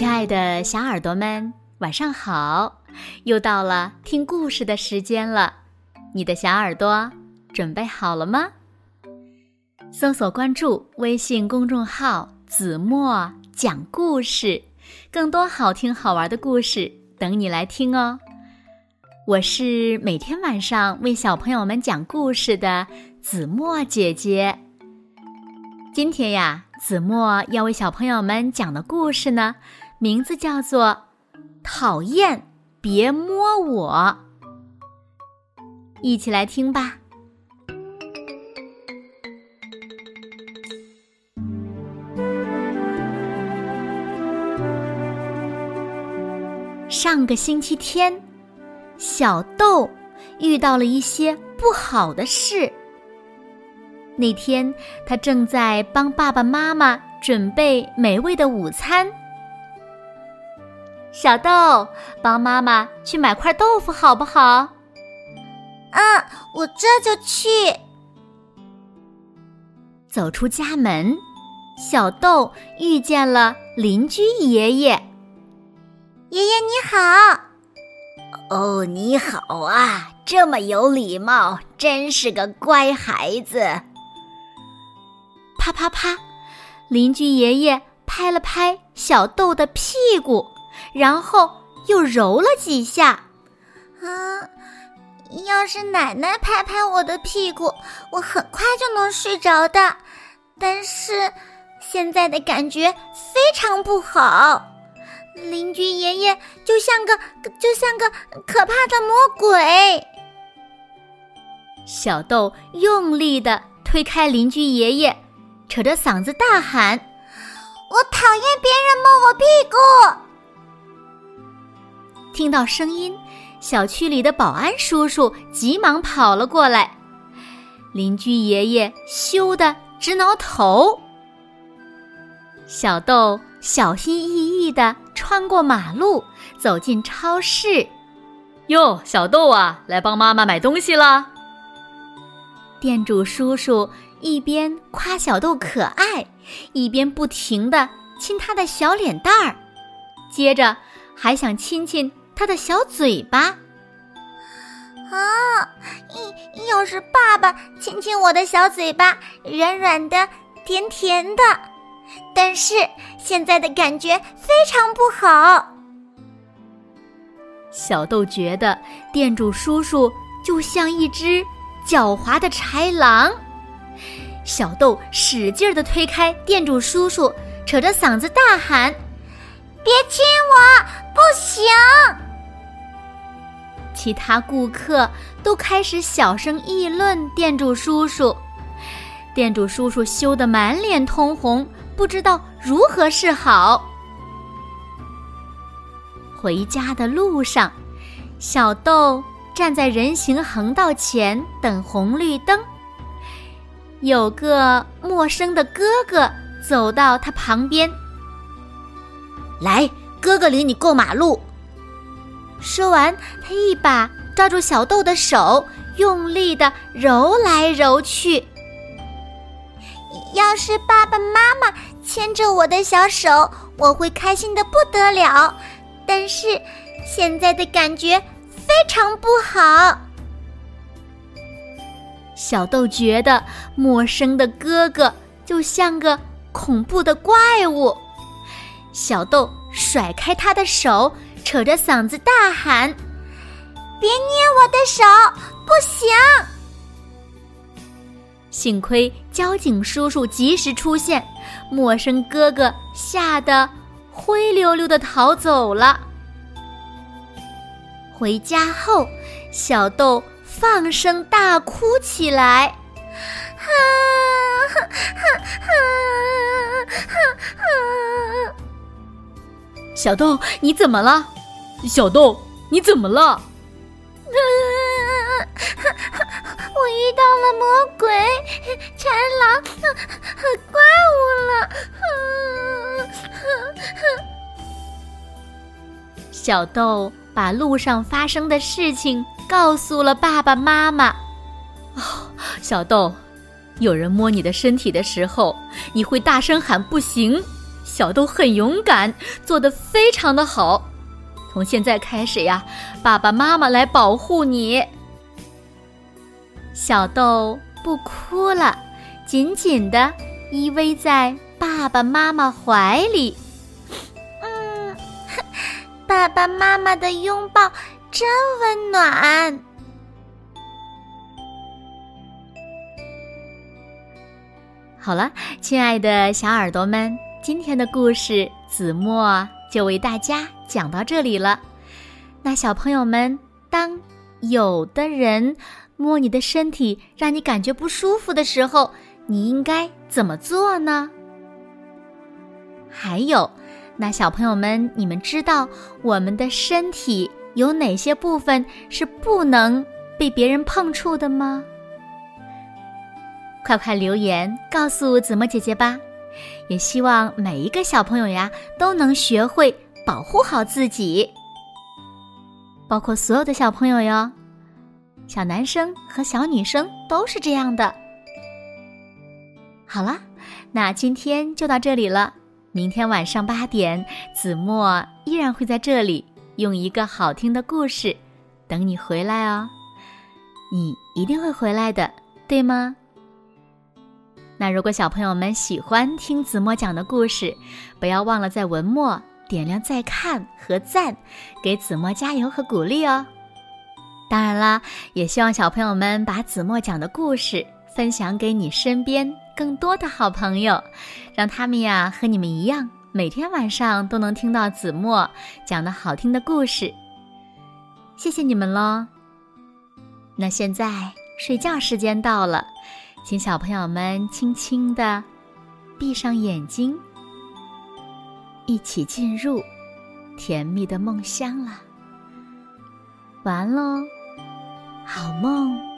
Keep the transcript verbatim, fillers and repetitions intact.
亲爱的小耳朵们，晚上好！又到了听故事的时间了，你的小耳朵准备好了吗？搜索关注微信公众号子墨讲故事，更多好听好玩的故事等你来听哦。我是每天晚上为小朋友们讲故事的子墨姐姐。今天呀，子墨要为小朋友们讲的故事呢，名字叫做讨厌别摸我。一起来听吧。上个星期天，小豆遇到了一些不好的事。那天，他正在帮爸爸妈妈准备美味的午餐。小豆，帮妈妈去买块豆腐好不好？ 啊，我这就去。 走出家门，小豆遇见了邻居爷爷。 爷爷你好。 哦，你好啊，这么有礼貌，真是个乖孩子。 啪啪啪，邻居爷爷拍了拍小豆的屁股，然后又揉了几下。 啊，要是奶奶拍拍我的屁股，我很快就能睡着的。但是现在的感觉非常不好，邻居爷爷就像个就像个可怕的魔鬼。 小豆用力地推开邻居爷爷，扯着嗓子大喊： 我讨厌别人摸我屁股！ 听到声音，小区里的保安叔叔急忙跑了过来。邻居爷爷羞得直挠头。小豆小心翼翼地穿过马路，走进超市。哟，小豆啊，来帮妈妈买东西了。店主叔叔一边夸小豆可爱，一边不停地亲他的小脸蛋儿，接着还想亲亲他的小嘴巴。 啊，要是爸爸亲亲我的小嘴巴，软软的，甜甜的。但是现在的感觉非常不好。小豆觉得店主叔叔就像一只狡猾的豺狼。小豆使劲地推开店主叔叔，扯着嗓子大喊：别亲我，不行！其他顾客都开始小声议论店主叔叔。店主叔叔羞得满脸通红，不知道如何是好。回家的路上，小豆站在人行横道前等红绿灯。有个陌生的哥哥走到他旁边。 来，哥哥领你过马路。 说完，他一把抓住小豆的手，用力地揉来揉去。要是爸爸妈妈牵着我的小手，我会开心得不得了。但是现在的感觉非常不好。小豆觉得陌生的哥哥就像个恐怖的怪物。小豆甩开他的手，扯着嗓子大喊：别捏我的手，不行！幸亏交警叔叔及时出现，陌生哥哥吓得灰溜溜地逃走了。回家后，小豆放声大哭起来。啊哈哈哈哈！ 小豆，你怎么了？小豆，你怎么了？ 我遇到了魔鬼、豺狼和怪物了。小豆把路上发生的事情告诉了爸爸妈妈。 哦，小豆，有人摸你的身体的时候，你会大声喊不行， 小豆很勇敢，做得非常的好。从现在开始呀，爸爸妈妈来保护你。小豆不哭了，紧紧地依偎在爸爸妈妈怀里。 嗯，爸爸妈妈的拥抱真温暖。 好了，亲爱的小耳朵们，今天的故事子墨就为大家讲到这里了。那小朋友们，当有的人摸你的身体让你感觉不舒服的时候，你应该怎么做呢？还有，那小朋友们，你们知道我们的身体有哪些部分是不能被别人碰触的吗？快快留言告诉子墨姐姐吧，也希望每一个小朋友呀都能学会保护好自己，包括所有的小朋友哟，小男生和小女生都是这样的。好了，那今天就到这里了，明天晚上八点，子墨依然会在这里用一个好听的故事等你回来哦，你一定会回来的，对吗？那如果小朋友们喜欢听子墨讲的故事，不要忘了在文末点亮再看和赞，给子墨加油和鼓励哦。当然啦，也希望小朋友们把子墨讲的故事分享给你身边更多的好朋友，让他们呀和你们一样，每天晚上都能听到子墨讲的好听的故事。谢谢你们咯。那现在睡觉时间到了，请小朋友们轻轻地闭上眼睛，一起进入甜蜜的梦乡了。晚安喽，好梦。